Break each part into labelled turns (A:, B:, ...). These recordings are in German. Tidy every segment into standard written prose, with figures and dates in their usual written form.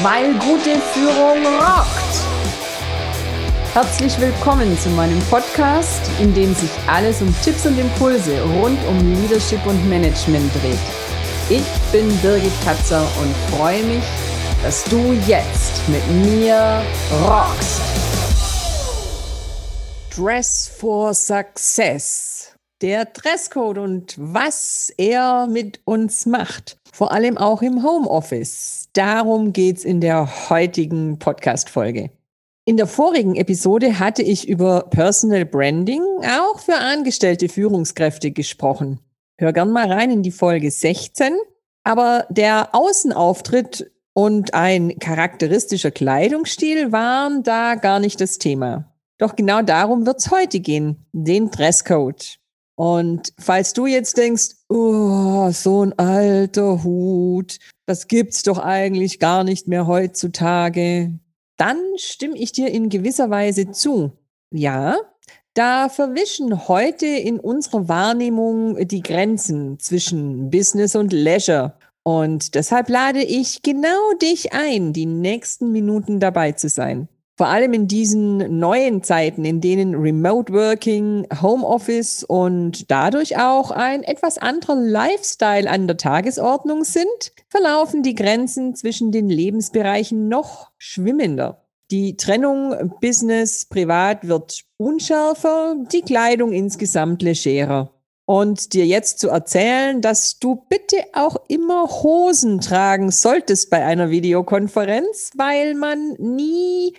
A: weil gute Führung rockt. Herzlich willkommen zu meinem Podcast, in dem sich alles um Tipps und Impulse rund um Leadership und Management dreht. Ich bin Birgit Katzer und freue mich, dass du jetzt mit mir rockst. Dress for Success. Der Dresscode und was er mit uns macht. Vor allem auch im Homeoffice. Darum geht's in der heutigen Podcast-Folge. In der vorigen Episode hatte ich über Personal Branding auch für angestellte Führungskräfte gesprochen. Hör gern mal rein in die Folge 16. Aber der Außenauftritt und ein charakteristischer Kleidungsstil waren da gar nicht das Thema. Doch genau darum wird's heute gehen, den Dresscode. Und falls du jetzt denkst, oh, so ein alter Hut, das gibt's doch eigentlich gar nicht mehr heutzutage, dann stimme ich dir in gewisser Weise zu. Ja, da verwischen heute in unserer Wahrnehmung die Grenzen zwischen Business und Leisure. Und deshalb lade ich genau dich ein, die nächsten Minuten dabei zu sein. Vor allem in diesen neuen Zeiten, in denen Remote Working, Homeoffice und dadurch auch ein etwas anderer Lifestyle an der Tagesordnung sind, verlaufen die Grenzen zwischen den Lebensbereichen noch schwimmender. Die Trennung Business, Privat wird unschärfer, die Kleidung insgesamt legerer. Und dir jetzt zu erzählen, dass du bitte auch immer Hosen tragen solltest bei einer Videokonferenz, weil man nie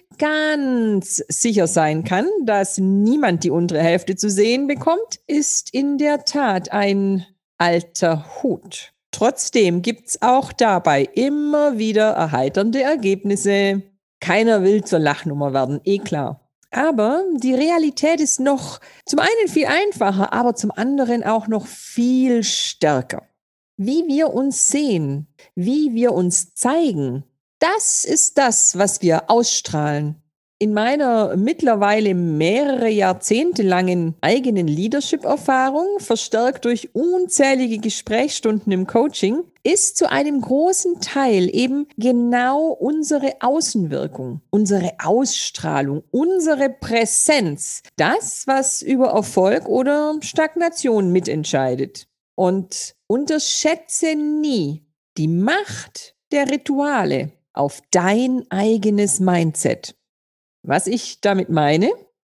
A: ganz sicher sein kann, dass niemand die untere Hälfte zu sehen bekommt, ist in der Tat ein alter Hut. Trotzdem gibt's auch dabei immer wieder erheiternde Ergebnisse. Keiner will zur Lachnummer werden, klar. Aber die Realität ist noch zum einen viel einfacher, aber zum anderen auch noch viel stärker. Wie wir uns sehen, wie wir uns zeigen, das ist das, was wir ausstrahlen. In meiner mittlerweile mehrere Jahrzehnte langen eigenen Leadership-Erfahrung, verstärkt durch unzählige Gesprächsstunden im Coaching, ist zu einem großen Teil eben genau unsere Außenwirkung, unsere Ausstrahlung, unsere Präsenz, das, was über Erfolg oder Stagnation mitentscheidet. Und unterschätze nie die Macht der Rituale auf dein eigenes Mindset. Was ich damit meine?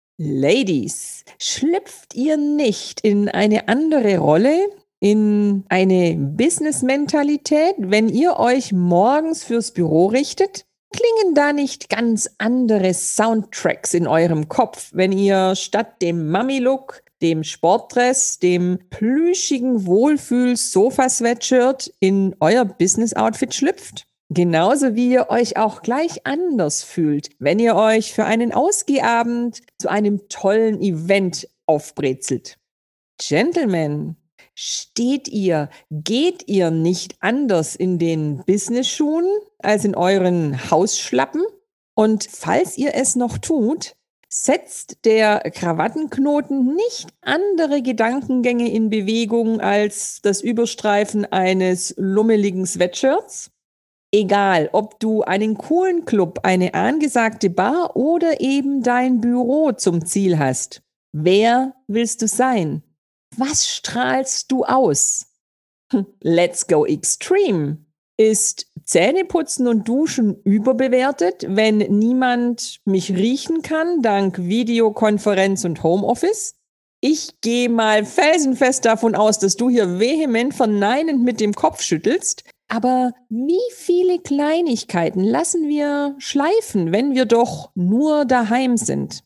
A: Ladies, schlüpft ihr nicht in eine andere Rolle, in eine Business-Mentalität, wenn ihr euch morgens fürs Büro richtet? Klingen da nicht ganz andere Soundtracks in eurem Kopf, wenn ihr statt dem Mummy-Look, dem Sportdress, dem plüschigen Wohlfühl-Sofa-Sweatshirt in euer Business-Outfit schlüpft? Genauso wie ihr euch auch gleich anders fühlt, wenn ihr euch für einen Ausgehabend zu einem tollen Event aufbrezelt. Gentlemen, geht ihr nicht anders in den Business-Schuhen als in euren Hausschlappen? Und falls ihr es noch tut, setzt der Krawattenknoten nicht andere Gedankengänge in Bewegung als das Überstreifen eines lummeligen Sweatshirts? Egal, ob du einen coolen Club, eine angesagte Bar oder eben dein Büro zum Ziel hast. Wer willst du sein? Was strahlst du aus? Let's go extreme. Ist Zähneputzen und Duschen überbewertet, wenn niemand mich riechen kann, dank Videokonferenz und Homeoffice? Ich gehe mal felsenfest davon aus, dass du hier vehement verneinend mit dem Kopf schüttelst. Aber wie viele Kleinigkeiten lassen wir schleifen, wenn wir doch nur daheim sind?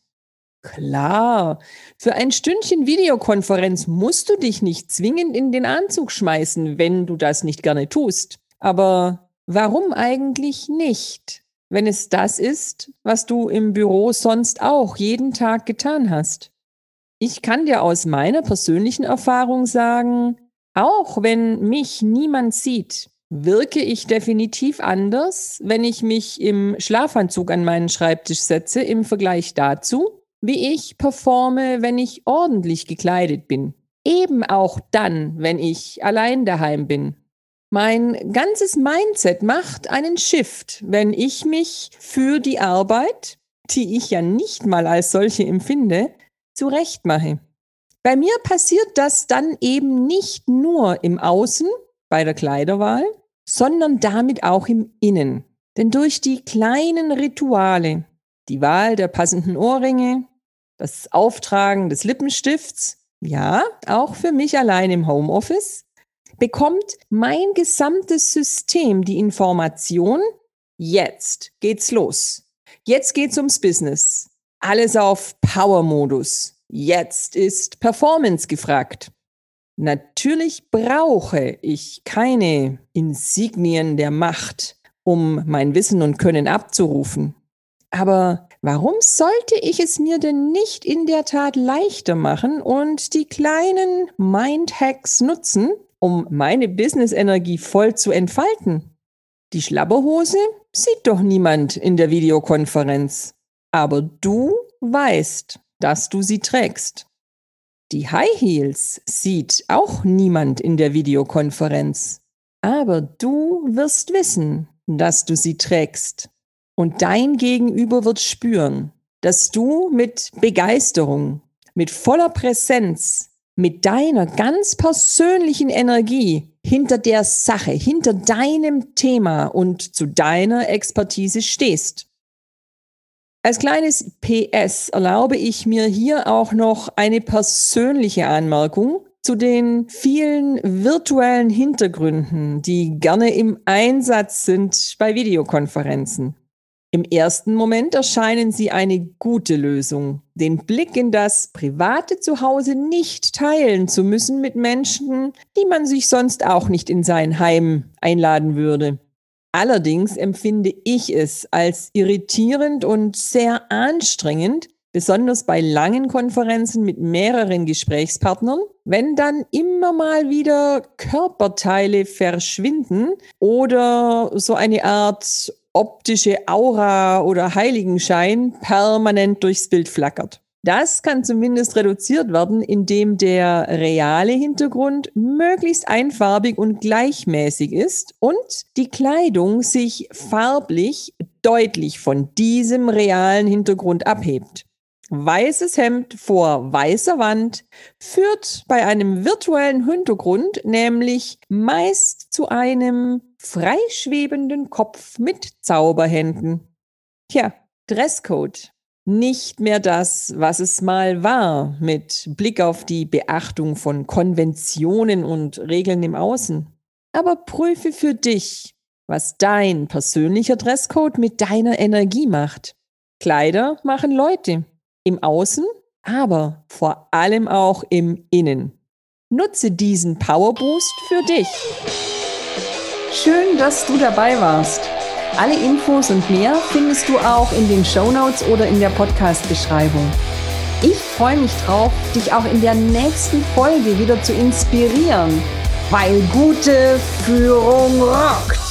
A: Klar, für ein Stündchen Videokonferenz musst du dich nicht zwingend in den Anzug schmeißen, wenn du das nicht gerne tust. Aber warum eigentlich nicht, wenn es das ist, was du im Büro sonst auch jeden Tag getan hast? Ich kann dir aus meiner persönlichen Erfahrung sagen, auch wenn mich niemand sieht, wirke ich definitiv anders, wenn ich mich im Schlafanzug an meinen Schreibtisch setze im Vergleich dazu, wie ich performe, wenn ich ordentlich gekleidet bin. Eben auch dann, wenn ich allein daheim bin. Mein ganzes Mindset macht einen Shift, wenn ich mich für die Arbeit, die ich ja nicht mal als solche empfinde, zurechtmache. Bei mir passiert das dann eben nicht nur im Außen, bei der Kleiderwahl, sondern damit auch im Innen. Denn durch die kleinen Rituale, die Wahl der passenden Ohrringe, das Auftragen des Lippenstifts, ja, auch für mich allein im Homeoffice, bekommt mein gesamtes System die Information, jetzt geht's los. Jetzt geht's ums Business. Alles auf Power-Modus. Jetzt ist Performance gefragt. Natürlich brauche ich keine Insignien der Macht, um mein Wissen und Können abzurufen. Aber warum sollte ich es mir denn nicht in der Tat leichter machen und die kleinen Mindhacks nutzen, um meine Business-Energie voll zu entfalten? Die Schlabberhose sieht doch niemand in der Videokonferenz. Aber du weißt, dass du sie trägst. Die High Heels sieht auch niemand in der Videokonferenz. Aber du wirst wissen, dass du sie trägst. Und dein Gegenüber wird spüren, dass du mit Begeisterung, mit voller Präsenz, mit deiner ganz persönlichen Energie hinter der Sache, hinter deinem Thema und zu deiner Expertise stehst. Als kleines PS erlaube ich mir hier auch noch eine persönliche Anmerkung zu den vielen virtuellen Hintergründen, die gerne im Einsatz sind bei Videokonferenzen. Im ersten Moment erscheinen sie eine gute Lösung, den Blick in das private Zuhause nicht teilen zu müssen mit Menschen, die man sich sonst auch nicht in sein Heim einladen würde. Allerdings empfinde ich es als irritierend und sehr anstrengend, besonders bei langen Konferenzen mit mehreren Gesprächspartnern, wenn dann immer mal wieder Körperteile verschwinden oder so eine Art optische Aura oder Heiligenschein permanent durchs Bild flackert. Das kann zumindest reduziert werden, indem der reale Hintergrund möglichst einfarbig und gleichmäßig ist und die Kleidung sich farblich deutlich von diesem realen Hintergrund abhebt. Weißes Hemd vor weißer Wand führt bei einem virtuellen Hintergrund nämlich meist zu einem freischwebenden Kopf mit Zauberhänden. Tja, Dresscode. Nicht mehr das, was es mal war, mit Blick auf die Beachtung von Konventionen und Regeln im Außen. Aber prüfe für dich, was dein persönlicher Dresscode mit deiner Energie macht. Kleider machen Leute. Im Außen, aber vor allem auch im Innen. Nutze diesen Powerboost für dich. Schön, dass du dabei warst. Alle Infos und mehr findest du auch in den Shownotes oder in der Podcast-Beschreibung. Ich freue mich drauf, dich auch in der nächsten Folge wieder zu inspirieren, weil gute Führung rockt.